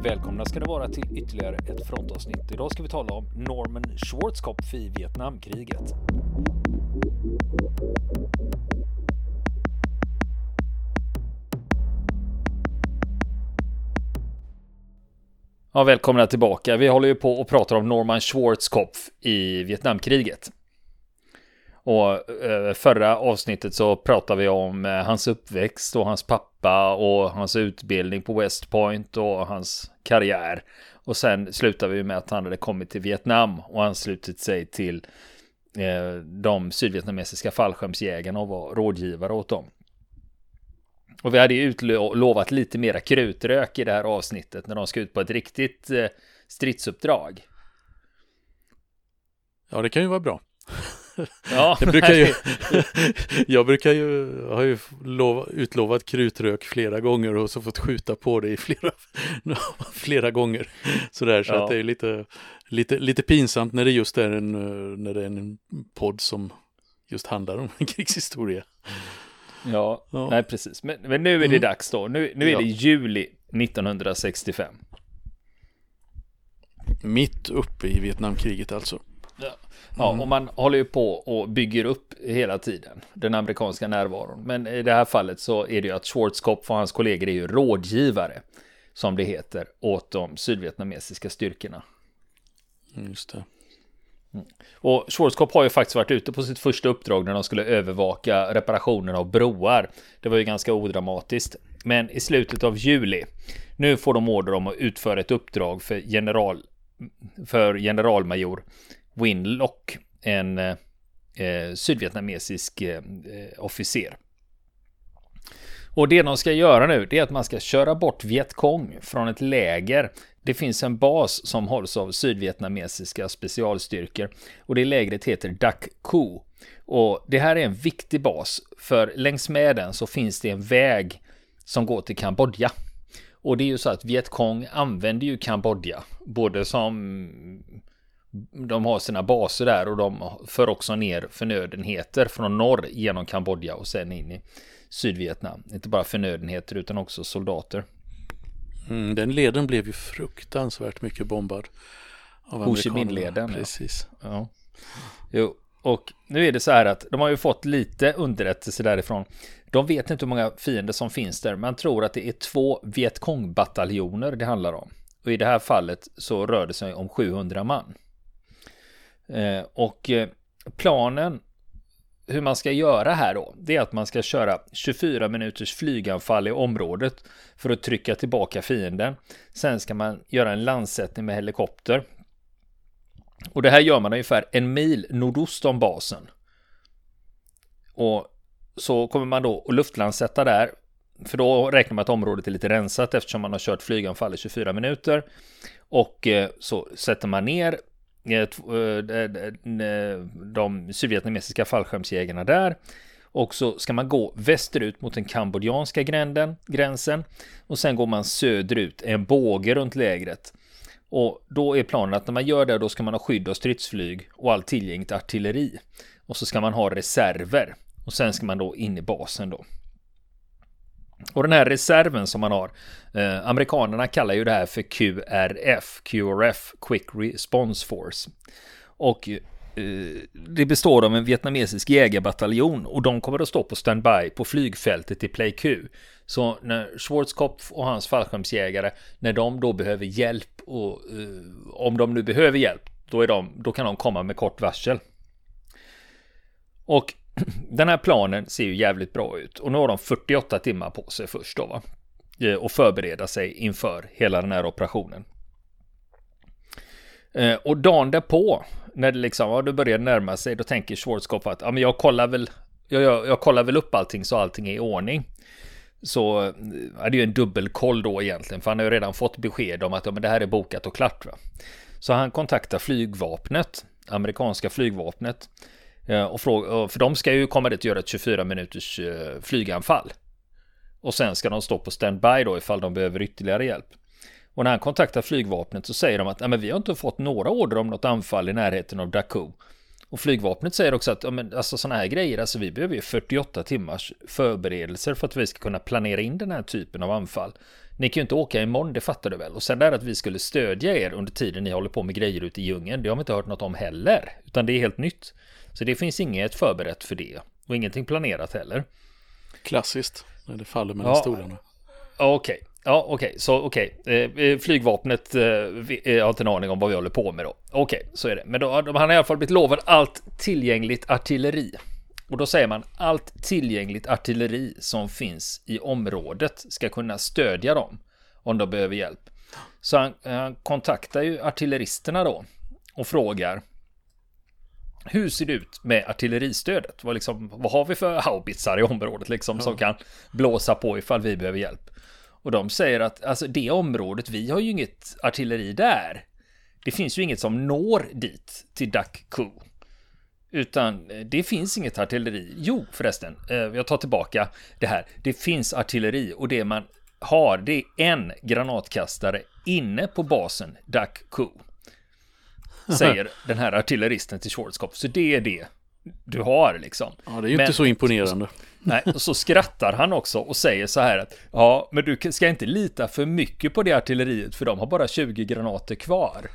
välkomna ska det vara till ytterligare ett frontavsnitt. Idag ska vi tala om Norman Schwarzkopf i Vietnamkriget. Ja, välkomna tillbaka. Vi håller ju på och pratar om Norman Schwarzkopf i Vietnamkriget. Och förra avsnittet så pratade vi om hans uppväxt och hans pappa och hans utbildning på West Point och hans karriär. Och sen slutade vi med att han hade kommit till Vietnam och anslutit sig till de sydvietnamesiska fallskärmsjägarna och var rådgivare åt dem. Och vi hade ju utlovat lite mera krutrök i det här avsnittet när de ska ut på ett riktigt stridsuppdrag. Ja, det kan ju vara bra. Ja, jag brukar ju ha ju utlovat krutrök flera gånger och så fått skjuta på det i flera gånger sådär, så att det är lite pinsamt när det just är en podd som just handlar om en krigshistoria. Ja. Nej precis. Men nu är det dags då. Nu är det juli 1965. Mitt uppe i Vietnamkriget alltså. Ja, och man håller ju på och bygger upp hela tiden den amerikanska närvaron. Men i det här fallet så är det ju att Schwarzkopf och hans kollegor är ju rådgivare, som det heter, åt de sydvietnamesiska styrkorna. Just det. Och Schwarzkopf har ju faktiskt varit ute på sitt första uppdrag när de skulle övervaka reparationen av broar. Det var ju ganska odramatiskt. Men i slutet av juli, nu får de order om att utföra ett uppdrag för generalmajor Win Loc, en sydvietnamesisk officer. Och det de ska göra nu, det är att man ska köra bort Vietkong från ett läger. Det finns en bas som hålls av sydvietnamesiska specialstyrkor och det lägret heter Dak Cu. Och det här är en viktig bas, för längs med den så finns det en väg som går till Kambodja. Och det är ju så att Vietkong använder ju Kambodja både som de har sina baser där och de för också ner förnödenheter från norr genom Kambodja och sen in i Sydvietnam. Inte bara förnödenheter utan också soldater. Den leden blev ju fruktansvärt mycket bombad av Ho Chi Minh-leden. Precis. Ja. Jo, och nu är det så här att de har ju fått lite underrättelse därifrån. De vet inte hur många fiender som finns där. Man tror att det är 2 Vietkong-bataljoner det handlar om. Och i det här fallet så rör det sig om 700 man. Och planen hur man ska göra här då, det är att man ska köra 24 minuters flyganfall i området för att trycka tillbaka fienden. Sen ska man göra en landsättning med helikopter. Och det här gör man ungefär 1 mil nordost om basen. Och så kommer man då att luftlandsätta där, för då räknar man att området är lite rensat eftersom man har kört flyganfall i 24 minuter. Och så sätter man ner de sydvietnamesiska fallskärmsjägarna där. Och så ska man gå västerut mot den kambodjanska gränsen. Och sen går man söderut, en båge runt lägret. Och då är planen att när man gör det, då ska man ha skydd av stridsflyg och all tillgängligt artilleri. Och så ska man ha reserver. Och sen ska man då in i basen då. Och den här reserven som man har, amerikanerna kallar ju det här för QRF, Quick Response Force. Och det består av en vietnamesisk jägarbataljon och de kommer att stå på standby på flygfältet i Pleiku. Så när Schwarzkopf och hans fallskärmsjägare, när de då behöver hjälp och om de nu behöver hjälp, då kan de komma med kort varsel. Och den här planen ser ju jävligt bra ut. Och nu har de 48 timmar på sig först då, va? Och förbereda sig inför hela den här operationen. Och dagen därpå, när det liksom, det börjar närma sig, då tänker Schwarzkopf att men jag kollar väl upp allting så allting är i ordning. Så är det ju en dubbelkoll då egentligen, för han har ju redan fått besked om att men det här är bokat och klart, va? Så han kontaktar flygvapnet, amerikanska flygvapnet. Och för de ska ju komma dit och göra ett 24 minuters flyganfall. Och sen ska de stå på standby då ifall de behöver ytterligare hjälp. Och när han kontaktar flygvapnet så säger de att men vi har inte fått några order om något anfall i närheten av Dak Cu. Och flygvapnet säger också att alltså såna här grejer, alltså vi behöver ju 48 timmars förberedelser för att vi ska kunna planera in den här typen av anfall. Ni kan ju inte åka imorgon, det fattar du väl. Och sen där att vi skulle stödja er under tiden ni håller på med grejer ute i djungeln, det har vi inte hört något om heller. Utan det är helt nytt. Så det finns inget förberett för det. Och ingenting planerat heller. Klassiskt, när det faller mellan stolarna. Okej. Ja, okej. Så okej. Flygvapnet har inte en aning om vad vi håller på med då. Okej, så är det. Men då, han har i alla fall blivit lovad allt tillgängligt artilleri. Och då säger man allt tillgängligt artilleri som finns i området ska kunna stödja dem om de behöver hjälp. Så han kontaktar ju artilleristerna då och frågar: hur ser det ut med artilleristödet? Vad har vi för haubitsar i området liksom, som kan blåsa på ifall vi behöver hjälp? Och de säger att alltså, det området, vi har ju inget artilleri där. Det finns ju inget som når dit till Dak Ku. Utan det finns inget artilleri. Jo, förresten, jag tar tillbaka det här. Det finns artilleri och det man har, det är en granatkastare inne på basen Dak Ku. Säger den här artilleristen till Schwarzkopf. Så det är det du har liksom. Ja, det är ju inte så imponerande. Nej, och så skrattar han också och säger så här att ja, men du ska inte lita för mycket på det artilleriet, för de har bara 20 granater kvar.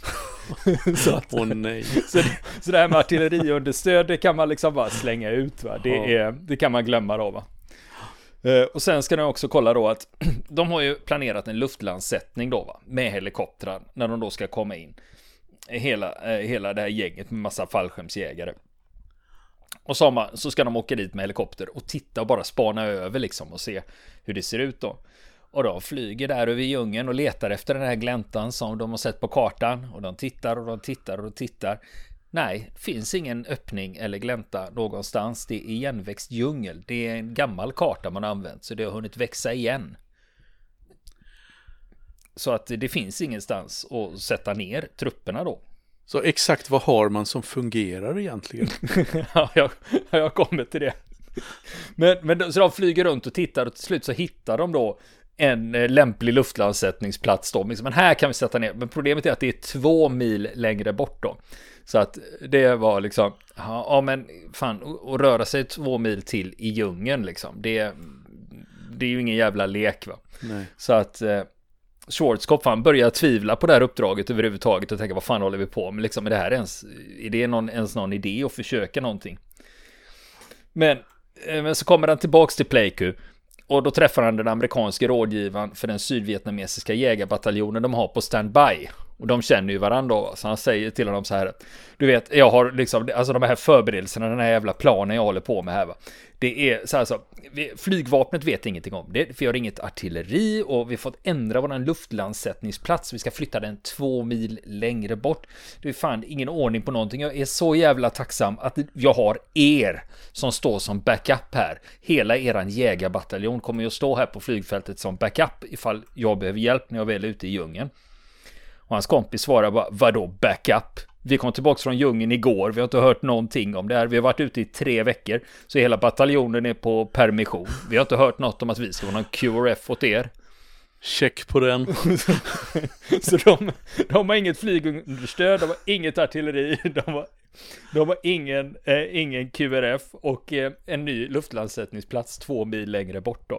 Nej. Så det här med artilleriunderstöd, det kan man liksom bara slänga ut, va? Det kan man glömma då, va? Och sen ska de också kolla då att de har ju planerat en luftlandsättning då, va? Med helikoptrar när de då ska komma in. Hela det här gänget med massa fallskärmsjägare. Och så ska de åka dit med helikopter och titta och bara spana över liksom och se hur det ser ut då. Och de flyger där över djungeln och letar efter den här gläntan som de har sett på kartan. Och de tittar och de tittar och de tittar. Nej, finns ingen öppning eller glänta någonstans. Det är igenväxt djungel. Det är en gammal karta man har använt, så det har hunnit växa igen. Så att det finns ingenstans att sätta ner trupperna då. Så exakt vad har man som fungerar egentligen? Ja, jag kommer till det. Men så de flyger runt och tittar och till slut så hittar de då en lämplig luftlandsättningsplats då. Men här kan vi sätta ner. Men problemet är att det är 2 mil längre bort då. Så att det var liksom, ja men fan, att röra sig 2 mil till i djungeln liksom. Det är ju ingen jävla lek, va? Nej. Så att Schwarzkopf, han börjar tvivla på det här uppdraget överhuvudtaget och tänka, vad fan håller vi på med liksom, är det här är det ens någon idé att försöka någonting? Men så kommer han tillbaks till Pleiku och då träffar han den amerikanska rådgivaren för den sydvietnamesiska jägarbataljonen de har på standby. Och de känner ju varandra, så han säger till honom så här: du vet, jag har liksom, alltså de här förberedelserna, den här jävla planen jag håller på med här, va? Det är så här, så flygvapnet vet ingenting om det, vi har inget artilleri och vi har fått ändra våran luftlandsättningsplats, vi ska flytta den 2 mil längre bort. Det är fan ingen ordning på någonting. Jag är så jävla tacksam att jag har er som står som backup här. Hela eran jägarbataljon kommer ju att stå här på flygfältet som backup ifall jag behöver hjälp när jag väl är ute i djungeln. Och hans kompis svarar bara, vadå backup? Vi kom tillbaka från djungeln igår, vi har inte hört någonting om det här. Vi har varit ute i 3 veckor, så hela bataljonen är på permission. Vi har inte hört något om att vi ska vara någon QRF åt er. Check på den. Så de har inget flygunderstöd, de har inget artilleri, de har ingen QRF och en ny luftlandsättningsplats 2 mil längre bort då.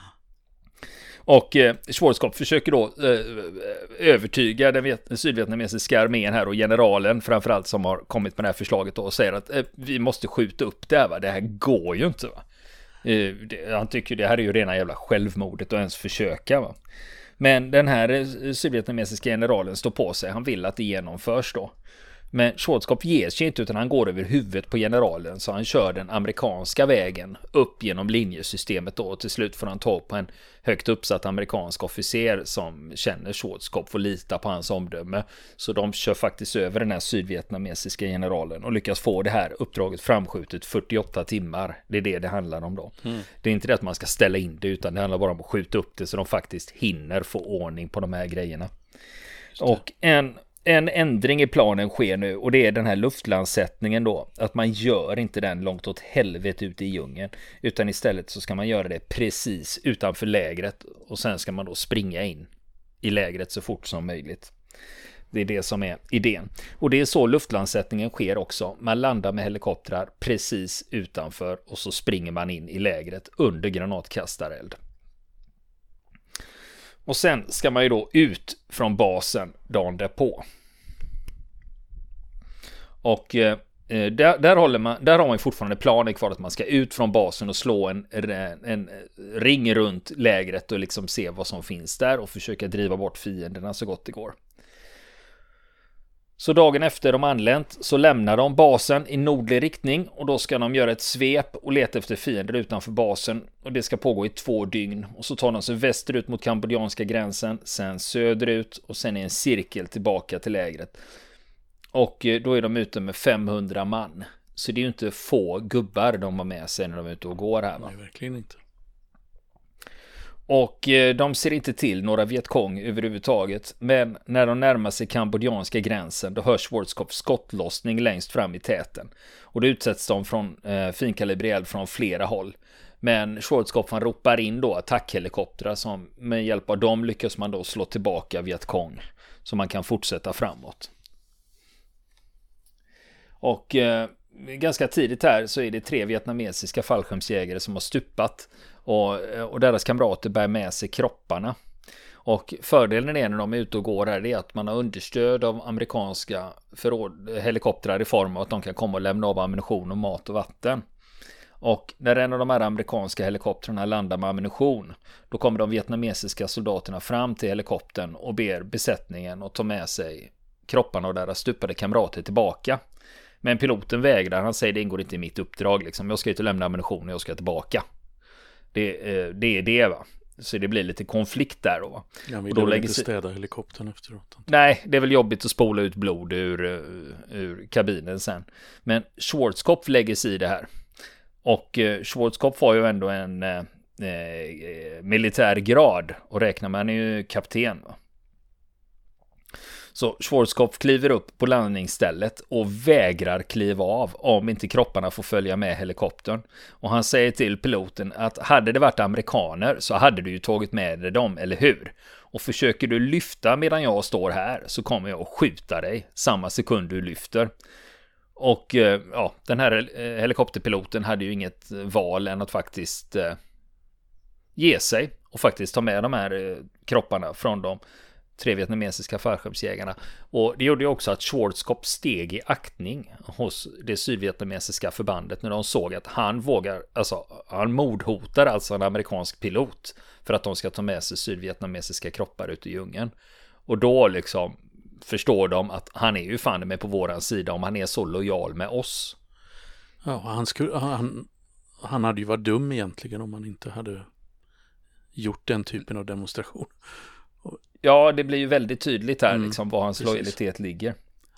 Och Schwarzkopf försöker då övertyga den sydvietnamesiska armén här och generalen framförallt som har kommit med det här förslaget då, och säger att vi måste skjuta upp det här, va? Det här går ju inte, va? Han tycker det här är ju rena jävla självmordet att ens försöka, va? Men den här sydvietnamesiska generalen står på sig, han vill att det genomförs då. Men Schwarzkopf ger sig inte, utan han går över huvudet på generalen, så han kör den amerikanska vägen upp genom linjesystemet då, och till slut får han ta på en högt uppsatt amerikansk officer som känner Schwarzkopf och litar på hans omdöme. Så de kör faktiskt över den här sydvietnamesiska generalen och lyckas få det här uppdraget framskjutet 48 timmar. Det är det handlar om då. Det är inte det att man ska ställa in det, utan det handlar bara om att skjuta upp det så de faktiskt hinner få ordning på de här grejerna. Och en ändring i planen sker nu, och det är den här luftlandsättningen då, att man gör inte den långt åt helvete ute i djungeln, utan istället så ska man göra det precis utanför lägret, och sen ska man då springa in i lägret så fort som möjligt. Det är det som är idén. Och det är så luftlandsättningen sker också. Man landar med helikoptrar precis utanför och så springer man in i lägret under granatkastareld. Och sen ska man ju då ut från basen dagen därpå. Och där har man ju fortfarande planer kvar att man ska ut från basen och slå en ring runt lägret och liksom se vad som finns där och försöka driva bort fienderna så gott det går. Så dagen efter de anlänt så lämnar de basen i nordlig riktning och då ska de göra ett svep och leta efter fiender utanför basen och det ska pågå i 2 dygn och så tar de sig västerut mot kambodjanska gränsen, sen söderut och sen i en cirkel tillbaka till lägret. Och då är de ute med 500 man. Så det är ju inte få gubbar de har med sig när de är ute och går här, va? Nej, verkligen inte. Och de ser inte till några Vietkong överhuvudtaget. Men när de närmar sig kambodjanska gränsen då hörs Schwarzkopf skottlossning längst fram i täten. Och då utsätts de från finkalibrig eld från flera håll. Men Schwarzkopf han ropar in då attackhelikoptrar som med hjälp av dem lyckas man då slå tillbaka Vietkong. Så man kan fortsätta framåt. Och ganska tidigt här så är det 3 vietnamesiska fallskärmsjägare som har stupat och deras kamrater bär med sig kropparna. Och fördelen är när de är ute och går här är att man har understöd av amerikanska helikoptrar i form av att de kan komma och lämna av ammunition och mat och vatten. Och när en av de här amerikanska helikoptrarna landar med ammunition då kommer de vietnamesiska soldaterna fram till helikoptern och ber besättningen att ta med sig kropparna och deras stupade kamrater tillbaka. Men piloten vägrar, han säger det ingår inte i mitt uppdrag liksom. Jag ska inte lämna ammunition och jag ska tillbaka. Det är det, va. Så det blir lite konflikt där då. Ja, men då inte städa helikoptern efteråt. Nej, det är väl jobbigt att spola ut blod ur kabinen sen. Men Schwarzkopf lägger sig i det här. Och Schwarzkopf har ju ändå en militär grad och räknar med, han är ju kapten, va. Så Schwarzkopf kliver upp på landningsstället och vägrar kliva av om inte kropparna får följa med helikoptern. Och han säger till piloten att hade det varit amerikaner så hade du ju tagit med dig dem, eller hur? Och försöker du lyfta medan jag står här så kommer jag att skjuta dig samma sekund du lyfter. Och ja, den här helikopterpiloten hade ju inget val än att faktiskt ge sig och faktiskt ta med de här kropparna från de 3 vietnamesiska fallskärmsjägarna. Och det gjorde ju också att Schwarzkopf steg i aktning hos det sydvietnamesiska förbandet när de såg att han mordhotar alltså en amerikansk pilot för att de ska ta med sig sydvietnamesiska kroppar ut i djungeln. Och då liksom förstår de att han är ju fan med på våran sida om han är så lojal med oss. Ja, han hade ju varit dum egentligen om han inte hade gjort den typen av demonstration. Ja, det blir ju väldigt tydligt här liksom var hans lojalitet ligger.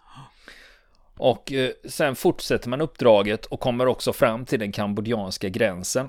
Och sen fortsätter man uppdraget och kommer också fram till den kambodjanska gränsen.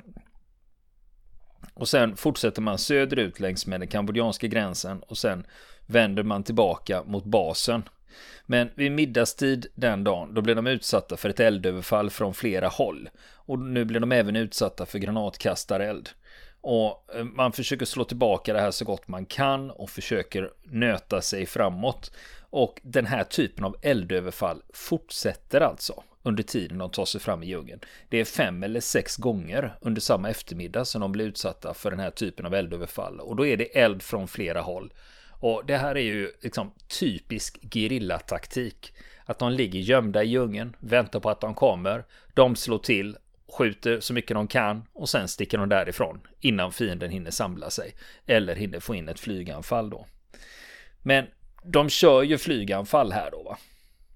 Och sen fortsätter man söderut längs med den kambodjanska gränsen och sen vänder man tillbaka mot basen. Men vid middagstid den dagen då blir de utsatta för ett eldöverfall från flera håll. Och nu blir de även utsatta för granatkastareld. Och man försöker slå tillbaka det här så gott man kan och försöker nöta sig framåt. Och den här typen av eldöverfall fortsätter alltså under tiden de tar sig fram i djungeln. Det är 5 eller 6 gånger under samma eftermiddag som de blir utsatta för den här typen av eldöverfall. Och då är det eld från flera håll. Och det här är ju liksom typisk gerillataktik. Att de ligger gömda i djungeln, väntar på att de kommer. De slår till, skjuter så mycket de kan och sen sticker de därifrån innan fienden hinner samla sig. Eller hinner få in ett flyganfall då. Men de kör ju flyganfall här då, va.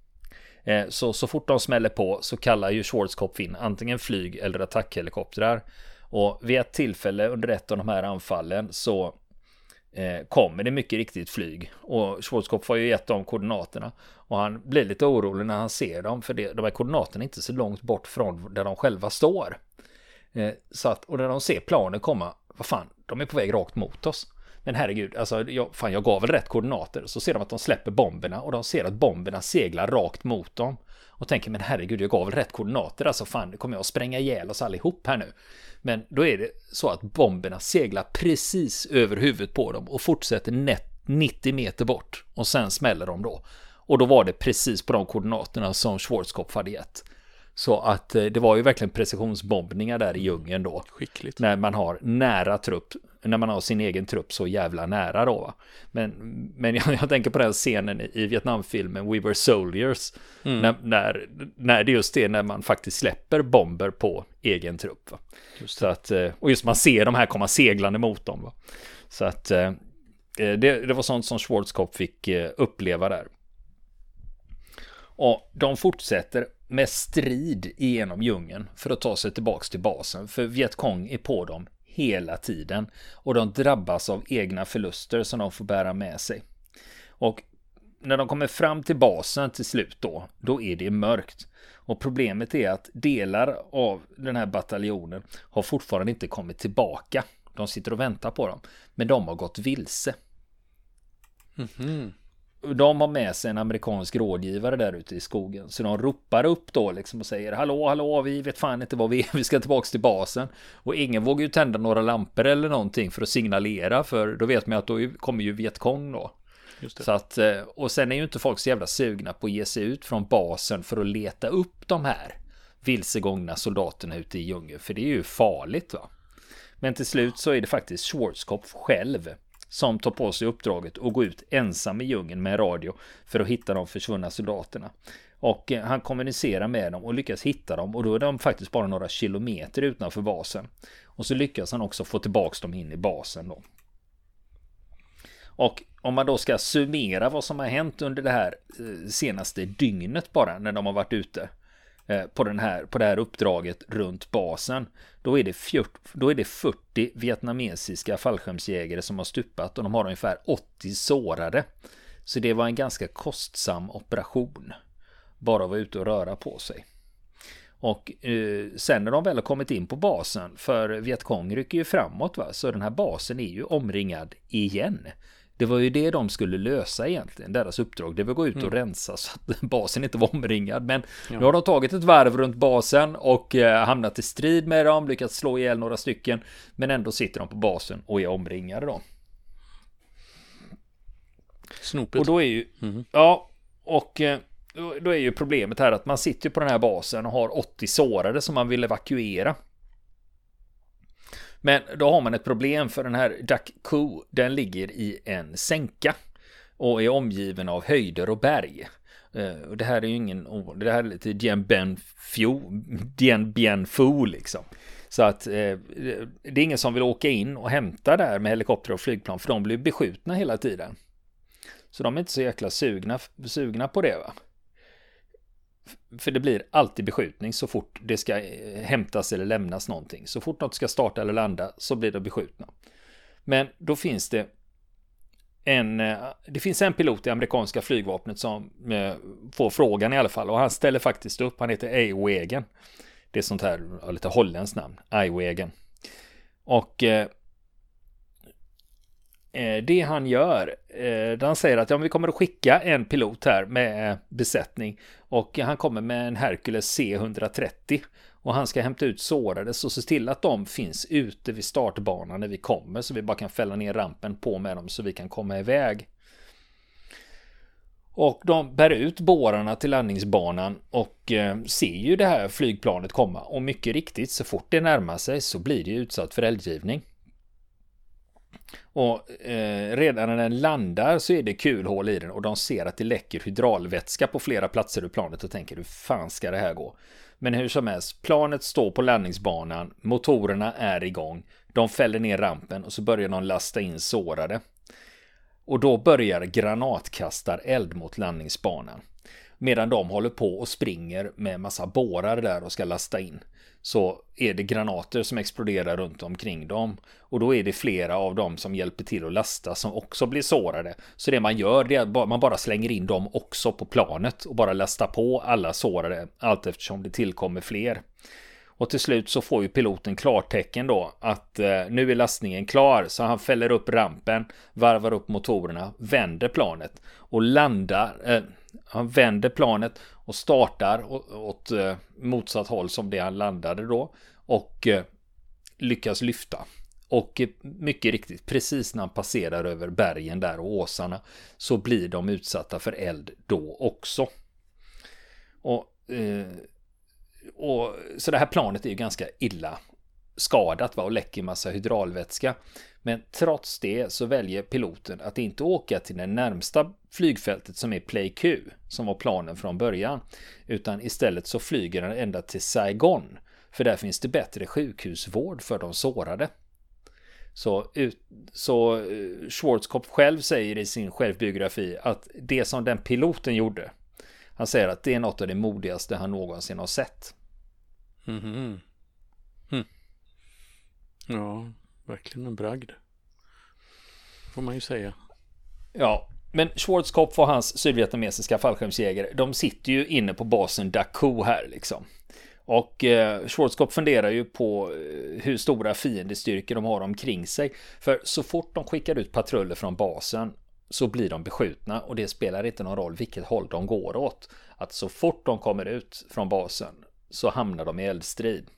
Så fort de smäller på så kallar ju Schwarzkopf in antingen flyg eller attackhelikoptrar. Och vid ett tillfälle under ett av de här anfallen så kommer det mycket riktigt flyg. Och Schwarzkopf har ju gett dem koordinaterna. Och han blir lite orolig när han ser dem. För de här koordinaterna är inte så långt bort från där de själva står. Och när de ser planen komma, vad fan, de är på väg rakt mot oss. Men herregud, alltså, jag gav väl rätt koordinater. Så ser de att de släpper bomberna och de ser att bomberna seglar rakt mot dem. Och tänker, men herregud, jag gav väl rätt koordinater. Alltså fan, nu kommer jag att spränga ihjäl oss allihop här nu. Men då är det så att bomberna seglar precis över huvudet på dem och fortsätter 90 meter bort. Och sen smäller de då. Och då var det precis på de koordinaterna som Schwarzkopf hade gett. Så att det var ju verkligen precisionsbombningar där i djungeln då. Skickligt. När man har nära trupp, när man har sin egen trupp så jävla nära då va. Men jag tänker på den scenen i Vietnamfilmen We Were Soldiers. När det just är när man faktiskt släpper bomber på egen trupp va. Så att, och just man ser de här komma seglande mot dem va. Så att det var sånt som Schwarzkopf fick uppleva där. Och de fortsätter med strid igenom djungeln för att ta sig tillbaks till basen. För Vietkong är på dem hela tiden. Och de drabbas av egna förluster som de får bära med sig. Och när de kommer fram till basen till slut då är det mörkt. Och problemet är att delar av den här bataljonen har fortfarande inte kommit tillbaka. De sitter och väntar på dem. Men de har gått vilse. De har med sig en amerikansk rådgivare där ute i skogen. Så de ropar upp då liksom och säger hallå, vi vet fan inte vad vi ska tillbaka till basen. Och ingen vågar ju tända några lampor eller någonting för att signalera. För då vet man att då kommer ju Vietkong då. Just det. Så att, och sen är ju inte folk så jävla sugna på att ge sig ut från basen för att leta upp de här vilsegångna soldaterna ute i djungeln. För det är ju farligt va. Men till slut så är det faktiskt Schwarzkopf själv som tar på sig uppdraget och går ut ensam i djungeln med radio för att hitta de försvunna soldaterna. Och han kommunicerar med dem och lyckas hitta dem och då är de faktiskt bara några kilometer utanför basen. Och så lyckas han också få tillbaka dem in i basen då. Och om man då ska summera vad som har hänt under det här senaste dygnet bara när de har varit ute på det här uppdraget runt basen, då är det 40 vietnamesiska fallskärmsjägare som har stupat och de har ungefär 80 sårade. Så det var en ganska kostsam operation bara att vara ute och röra på sig. Och sen när de väl har kommit in på basen, för Vietkong rycker ju framåt va, så den här basen är ju omringad igen. Det var ju det de skulle lösa egentligen, deras uppdrag. Det var att gå ut och rensa så att basen inte var omringad. Men nu har de tagit ett varv runt basen och hamnat i strid med dem, lyckats slå ihjäl några stycken. Men ändå sitter de på basen och är omringade då. Snopet. Och då är ju, ja, och då är ju problemet här att man sitter på den här basen och har 80 sårade som man vill evakuera. Men då har man ett problem för den här Dak Ku, den ligger i en sänka och är omgiven av höjder och berg. Och det här är ju det här är lite Dien Bien Phu liksom. Så att det är ingen som vill åka in och hämta där med helikopter och flygplan för de blir beskjutna hela tiden. Så de är inte så jäkla sugna på det va. För det blir alltid beskjutning så fort det ska hämtas eller lämnas någonting. Så fort något ska starta eller landa så blir det beskjutna. Men då finns det finns en pilot i amerikanska flygvapnet som får frågan i alla fall. Och han ställer faktiskt upp, han heter Eiwegen. Det är sånt här lite holländskt namn, Eiwegen. Och det han gör, han säger att vi kommer att skicka en pilot här med besättning och han kommer med en Hercules C-130 och han ska hämta ut sårade så se till att de finns ute vid startbanan när vi kommer så vi bara kan fälla ner rampen på med dem så vi kan komma iväg. Och de bär ut bårarna till landningsbanan och ser ju det här flygplanet komma och mycket riktigt så fort det närmar sig så blir det utsatt för eldgivning. Och redan när den landar så är det kulhål i den och de ser att det läcker hydraulvätska på flera platser ur planet och tänker hur fan ska det här gå? Men hur som helst, planet står på landningsbanan, motorerna är igång, de fäller ner rampen och så börjar de lasta in sårade. Och då börjar granatkastar eld mot landningsbanan. Medan de håller på och springer med massa bårar där och ska lasta in. Så är det granater som exploderar runt omkring dem. Och då är det flera av dem som hjälper till att lasta som också blir sårade. Så det man gör är att man bara slänger in dem också på planet och bara lastar på alla sårade allt eftersom det tillkommer fler. Och till slut så får ju piloten klartecken då att nu är lastningen klar så han fäller upp rampen, varvar upp motorerna, vänder planet och landar. Han vänder planet och startar åt motsatt håll som det han landade då och lyckas lyfta. Och mycket riktigt, precis när han passerar över bergen där och åsarna så blir de utsatta för eld då också. Och så det här planet är ju ganska illa skadat, va, och läcker massa hydraulvätska. Men trots det så väljer piloten att inte åka till det närmsta flygfältet som är Play Q, som var planen från början, utan istället så flyger han ända till Saigon, för där finns det bättre sjukhusvård för de sårade. Så Schwarzkopf själv säger i sin självbiografi att det som den piloten gjorde, han säger att det är något av det modigaste han någonsin har sett. Ja, verkligen en bragd, får man ju säga. Ja, men Schwarzkopf och hans sydvietnamesiska fallskärmsjägare, de sitter ju inne på basen Dacou här liksom. Och Schwarzkopf funderar ju på hur stora fiendestyrkor de har omkring sig. För så fort de skickar ut patruller från basen så blir de beskjutna, och det spelar inte någon roll vilket håll de går åt. Att så fort de kommer ut från basen så hamnar de i eldstrid.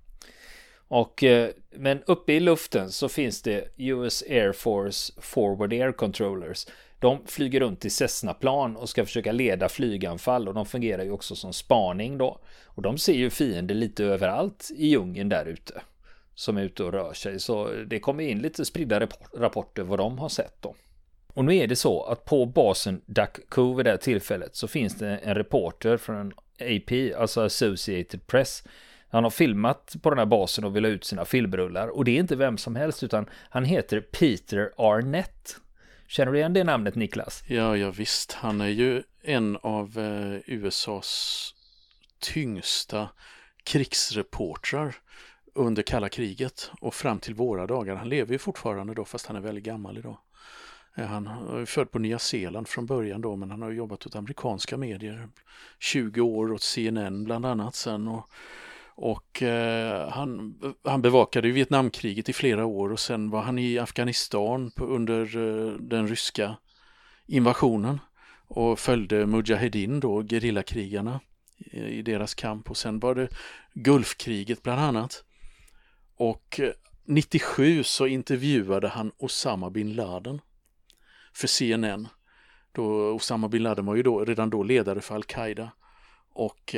Men uppe i luften så finns det US Air Force Forward Air Controllers. De flyger runt i Cessna-plan och ska försöka leda flyganfall, och de fungerar ju också som spaning då. Och de ser ju fiender lite överallt i djungeln där ute som är ute och rör sig. Så det kommer in lite spridda rapporter vad de har sett då. Och nu är det så att på basen Dacou vid det här tillfället så finns det en reporter från AP, alltså Associated Press. Han har filmat på den här basen och vill ha ut sina filmrullar. Och det är inte vem som helst, utan han heter Peter Arnett. Känner du igen det namnet, Niklas? Ja, visst. Han är ju en av USAs tyngsta krigsreportrar under kalla kriget och fram till våra dagar. Han lever ju fortfarande då, fast han är väldigt gammal idag. Han är född på Nya Zeeland från början då, men han har jobbat åt amerikanska medier 20 år, åt CNN bland annat sen, och han bevakade ju Vietnamkriget i flera år, och sen var han i Afghanistan under den ryska invasionen och följde Mujahedin då, gerillakrigarna i deras kamp, och sen var det Gulfkriget bland annat. Och 97 så intervjuade han Osama bin Laden för CNN. Då Osama bin Laden var ju redan då ledare för Al-Qaida, och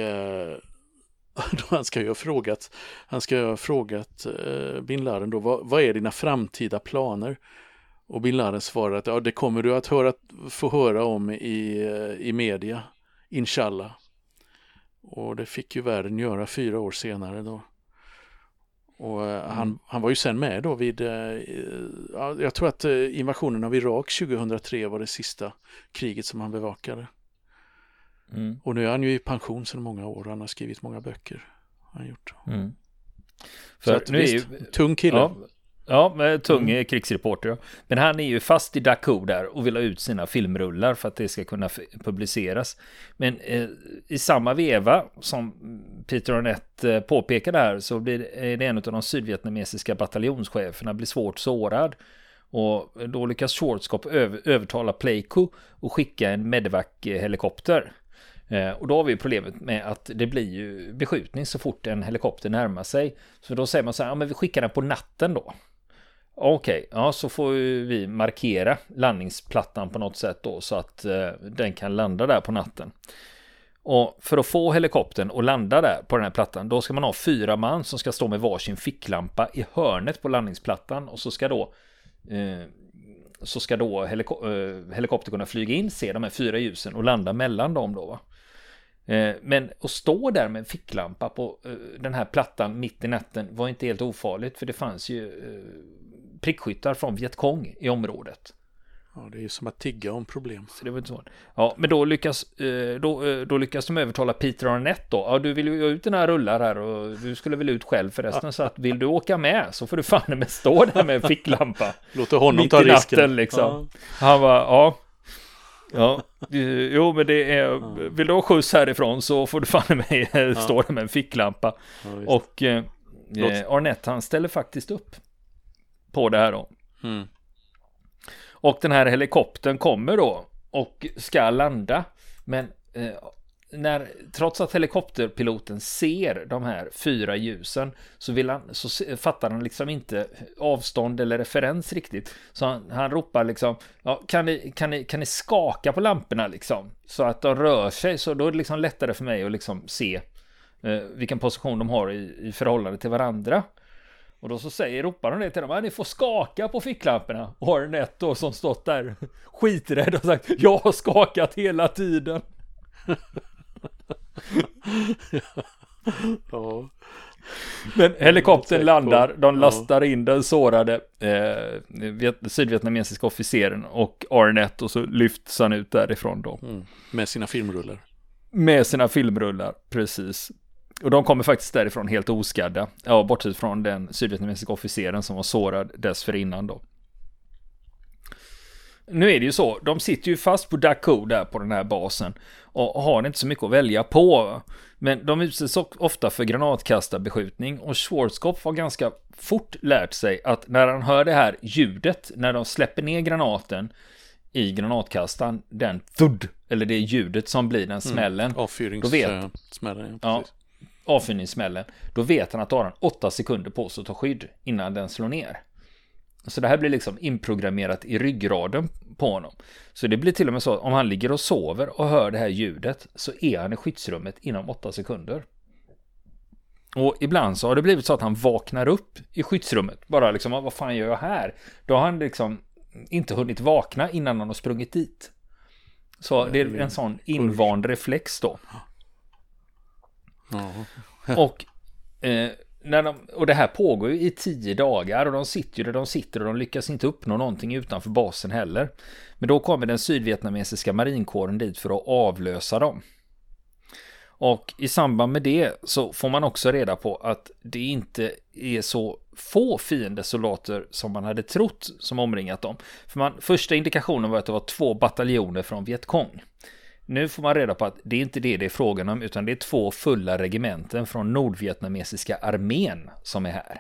han ska ju ha frågat bin Laden då, vad är dina framtida planer? Och bin Laden svarar att det kommer du att få höra om i media, inshallah. Och det fick ju världen göra 4 år senare då. Och han var ju sen med då vid, jag tror att invasionen av Irak 2003 var det sista kriget som han bevakade. Och nu är han ju i pension sedan många år, och han har skrivit många böcker. Han gjort. Så att, nu visst, är ju tung kille. Ja, med tung krigsreporter. Men han är ju fast i Dacou där och vill ha ut sina filmrullar för att det ska kunna publiceras. Men i samma veva som Peter Arnett påpekade här, så blir det en av de sydvietnamesiska bataljonscheferna blir svårt sårad. Och då lyckas Schwarzkopf övertala Pleiku och skicka en Medevac-helikopter. Och då har vi problemet med att det blir ju beskjutning så fort en helikopter närmar sig. Så då säger man så här, men vi skickar den på natten då. Okej, ja, så får vi markera landningsplattan på något sätt då, så att den kan landa där på natten. Och för att få helikoptern att landa där på den här plattan, då ska man ha 4 man som ska stå med varsin ficklampa i hörnet på landningsplattan, och så ska då helikopter kunna flyga in, se de här 4 ljusen och landa mellan dem då, va? Men att stå där med en ficklampa på den här plattan mitt i natten var inte helt ofarligt, för det fanns ju prickskyttar från Vietkong i området. Ja, det är ju som att tigga om problem. Så det var inte så. Ja, men då lyckas de övertala Peter Arnett då. Ja, du vill ju ut den här rullar här, och du skulle väl ut själv förresten, så att vill du åka med så får du fan med stå där med en ficklampa. Låter honom ta risken liksom. Ja. Han var jo, men det är, vill du ha skjuts härifrån så får du fan med stå där med en ficklampa. Ja, och Arnett, han ställer faktiskt upp på det här då. Och den här helikoptern kommer då och ska landa, men trots att helikopterpiloten ser de här 4 ljusen så fattar han liksom inte avstånd eller referens riktigt. Så han ropar liksom, ja, kan ni skaka på lamporna liksom, så att de rör sig, så då är det liksom lättare för mig att liksom se vilken position de har i förhållande till varandra. Och då så ropar de det till dem, ni får skaka på ficklamporna. Och Arnett då som stått där skiträdd och sagt, jag har skakat hela tiden. Ja. Men helikoptern landar, de lastar in den sårade sydvietnamesiska officeren och Arnett, och så lyfts han ut därifrån då. Med sina filmrullar. Med sina filmrullar, precis. Och de kommer faktiskt därifrån helt oskadda. Ja, bortsett från den sydvietnamesiska officeren som var sårad dessförinnan då. Nu är det ju så, de sitter ju fast på Dak Co där på den här basen och har inte så mycket att välja på. Men de utsätts ofta för granatkastarbeskjutning, och Schwarzkopf har ganska fort lärt sig att när han hör det här ljudet, när de släpper ner granaten i granatkastaren, den thud, eller det ljudet som blir den smällen. Avfyrningssmällen, ja, avfyrningssmällen. Då vet han att har han 8 sekunder på sig att ta skydd innan den slår ner. Så det här blir liksom inprogrammerat i ryggraden på honom. Så det blir till och med så att om han ligger och sover och hör det här ljudet, så är han i skyddsrummet inom 8 sekunder. Och ibland så har det blivit så att han vaknar upp i skyddsrummet. Bara liksom, vad fan gör jag här? Då har han liksom inte hunnit vakna innan han har sprungit dit. Så det är en sån invand reflex då. Och och det här pågår ju i 10 dagar, och de sitter ju där de sitter, och de lyckas inte uppnå någonting utanför basen heller. Men då kommer den sydvietnamesiska marinkåren dit för att avlösa dem. Och i samband med det så får man också reda på att det inte är så få fiendesoldater som man hade trott som omringat dem. För första indikationen var att det var 2 bataljoner från Vietkong. Nu får man reda på att det är inte det är frågan om, utan det är 2 fulla regementen från nordvietnamesiska armén som är här.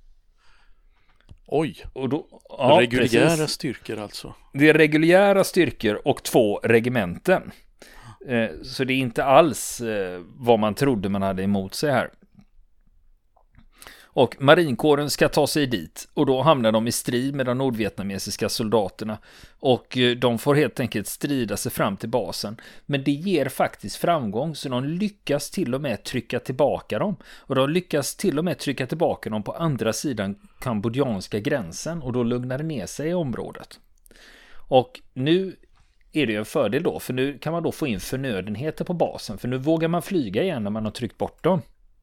Oj, och då, reguljära precis. Styrkor alltså. Det är reguljära styrkor och 2 regementen. Så det är inte alls vad man trodde man hade emot sig här. Och marinkåren ska ta sig dit, och då hamnar de i strid med de nordvietnamesiska soldaterna, och de får helt enkelt strida sig fram till basen. Men det ger faktiskt framgång, så de lyckas till och med trycka tillbaka dem. Och de lyckas till och med trycka tillbaka dem på andra sidan kambodjanska gränsen, och då lugnar det ner sig i området. Och nu är det ju en fördel då, för nu kan man då få in förnödenheter på basen, för nu vågar man flyga igen när man har tryckt bort dem.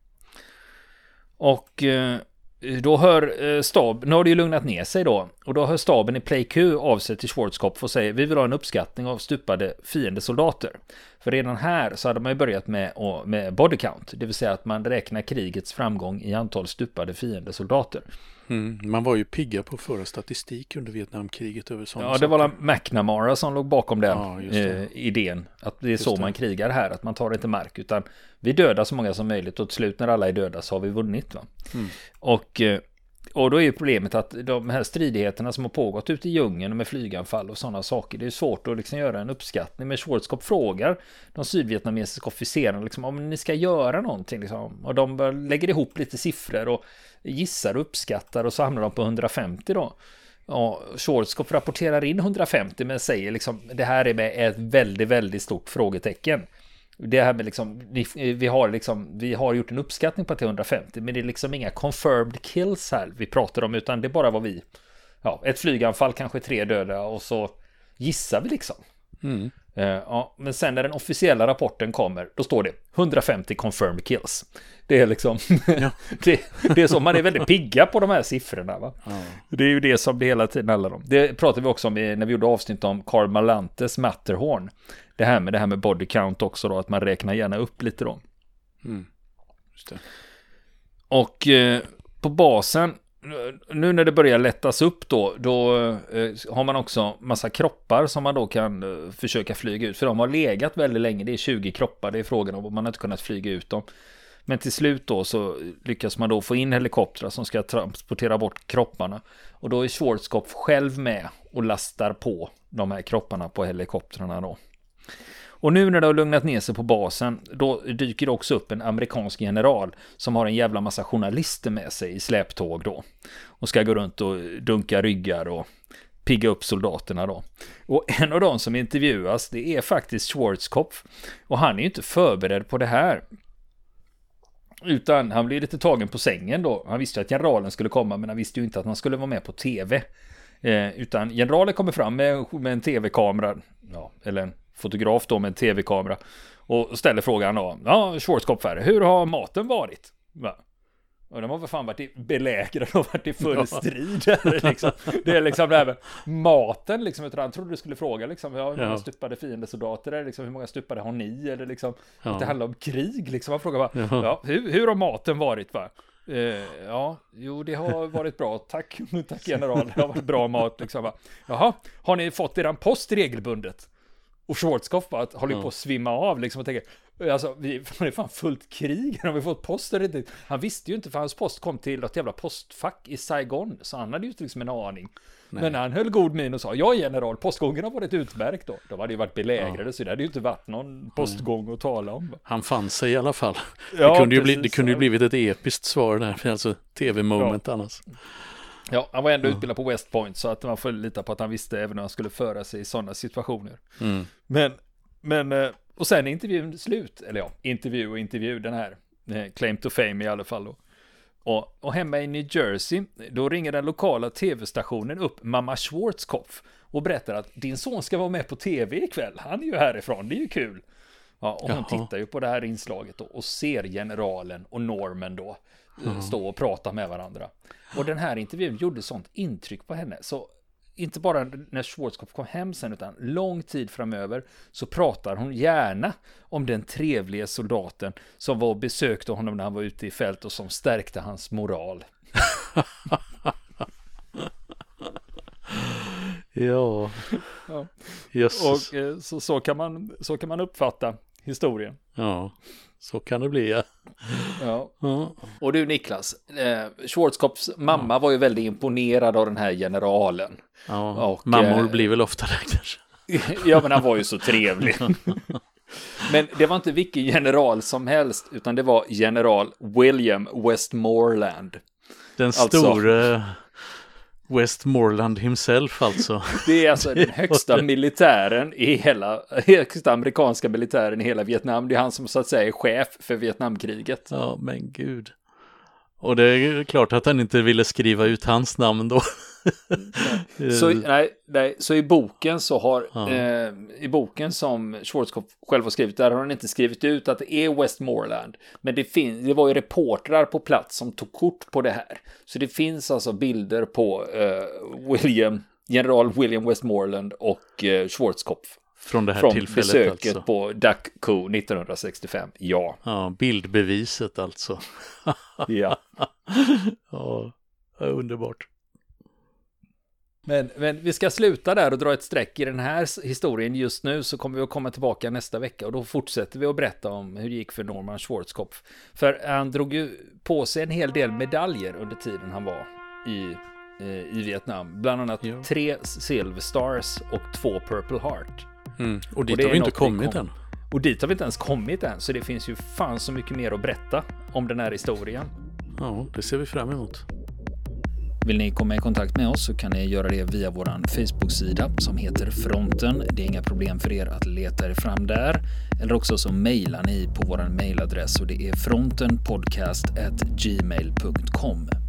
Och då hör stab, nu har det ju lugnat ner sig då, och då hör staben i PlayQ av sig till Schwarzkopf och säger, vi vill ha en uppskattning av stupade fiendesoldater. För redan här så hade man ju börjat med body count, det vill säga att man räknar krigets framgång i antal stupade fiendesoldater. Man var ju pigga på att föra statistik under Vietnamkriget över sådana saker. Det var McNamara som låg bakom den idén. Att det är så man krigar här, att man tar inte mark, utan vi dödar så många som möjligt, och till slut när alla är döda så har vi vunnit. Va? Och då är ju problemet att de här stridigheterna som har pågått ute i djungeln med flyganfall och sådana saker, det är svårt att liksom göra en uppskattning. Men Schwarzkopf frågar de sydvietnamesiska officerarna liksom, om ni ska göra någonting liksom, och de lägger ihop lite siffror och gissar och uppskattar, och så hamnar de på 150 då. Och Schwarzkopf rapporterar in 150, men säger liksom, det här är med ett väldigt, väldigt stort frågetecken. Det här med liksom, vi har gjort en uppskattning på att det är 150, men det är liksom inga confirmed kills här vi pratar om, utan det är bara vad vi, ett flyganfall, kanske 3 döda, och så gissar vi liksom. Men sen när den officiella rapporten kommer, då står det 150 confirmed kills. Det är liksom det är så, man är väldigt pigga på de här siffrorna, va? Det är ju det som det hela tiden handlar om. Det pratade vi också om när vi gjorde avsnitt om Karl Malantes Matterhorn. Det här med body count också då, att man räknar gärna upp lite då. Just det. Och på basen, nu när det börjar lättas upp då har man också massa kroppar som man då kan försöka flyga ut. För de har legat väldigt länge, det är 20 kroppar, det är frågan om, och man har inte kunnat flyga ut dem. Men till slut då så lyckas man då få in helikoptrar som ska transportera bort kropparna. Och då är Schwarzkopf själv med och lastar på de här kropparna på helikoptrarna då. Och nu när det har lugnat ner sig på basen, då dyker det också upp en amerikansk general som har en jävla massa journalister med sig i släptåg då. Och ska gå runt och dunka ryggar och pigga upp soldaterna då. Och en av dem som intervjuas, det är faktiskt Schwarzkopf. Och han är ju inte förberedd på det här. Utan han blev lite tagen på sängen då. Han visste ju att generalen skulle komma, men han visste ju inte att han skulle vara med på tv. Utan generalen kommer fram med en tv-kamera, eller en fotograf då med en tv-kamera, och ställer frågan då: ja, Schwarzkopf, hur har maten varit? Va? Och de har väl fan varit belägrade och varit i full strid där, liksom. Det är liksom det här med maten liksom, utan han trodde du skulle fråga liksom, hur många stupade fiendesoldater är, liksom, hur många stupade har ni, eller liksom, att det handlar om krig liksom. Han frågar bara, hur har maten varit, va? Det har varit bra, tack general, det har varit bra mat liksom, va? Jaha, har ni fått eran post regelbundet? Och Schwarzkopf bara håller på att svimma av liksom, och tänker, alltså, det är fan fullt krig, har vi fått post eller inte? Han visste ju inte, för hans post kom till ett jävla postfack i Saigon, så han hade ju liksom en aning. Nej. Men han höll god min och sa, ja general, postgången har varit utmärkt då. De hade ju varit belägrade, så det hade ju inte varit någon postgång att tala om. Han fann sig i alla fall. Det kunde ju blivit ett episkt svar där, alltså tv-moment annars. Ja, han var ändå utbildad på West Point, så att man får lita på att han visste även när han skulle föra sig i sådana situationer. Men och sen är intervjun slut, eller intervju, den här claim to fame i alla fall då. Och hemma i New Jersey, då ringer den lokala tv-stationen upp mamma Schwarzkopf och berättar att din son ska vara med på tv ikväll. Han är ju härifrån, det är ju kul. Ja, och hon tittar ju på det här inslaget då, och ser generalen och Norman då stå och prata med varandra. Och den här intervjun gjorde sånt intryck på henne, så inte bara när Schwarzkopf kom hem sen, utan lång tid framöver så pratar hon gärna om den trevliga soldaten som var och besökte honom när han var ute i fält och som stärkte hans moral. Ja. Jesus. Och så kan man uppfatta historien. Ja, så kan det bli, ja. Och du Niklas, Schwarzkopfs mamma var ju väldigt imponerad av den här generalen. Ja, och mammor blir väl ofta det kanske. Ja, men han var ju så trevlig. Men det var inte vilken general som helst, utan det var general William Westmoreland. Den store Westmoreland himself alltså. Det är alltså den högsta militären i högsta amerikanska militären i hela Vietnam. Det är han som så att säga är chef för Vietnamkriget. Ja, men gud. Och det är klart att han inte ville skriva ut hans namn då. Så i boken så har i boken som Schwarzkopf själv har skrivit, där har han inte skrivit ut att det är Westmoreland, men det var ju reportrar på plats som tog kort på det här, så det finns alltså bilder på general William Westmoreland och Schwarzkopf från det här från tillfället, besöket alltså. På Duck Cove 1965. Ja, bildbeviset alltså. Ja. Ja, underbart. Men vi ska sluta där och dra ett streck i den här historien just nu, så kommer vi att komma tillbaka nästa vecka och då fortsätter vi att berätta om hur det gick för Norman Schwarzkopf. För han drog ju på sig en hel del medaljer under tiden han var i Vietnam. Bland annat 3 Silver Stars och 2 Purple Heart. Och dit har vi inte kommit än. Och dit har vi inte ens kommit än, så det finns ju fan så mycket mer att berätta om den här historien. Ja, det ser vi fram emot. Vill ni komma i kontakt med oss så kan ni göra det via våran Facebook-sida som heter Fronten. Det är inga problem för er att leta er fram där. Eller också så mejlar ni på våran mejladress, och det är frontenpodcast@gmail.com.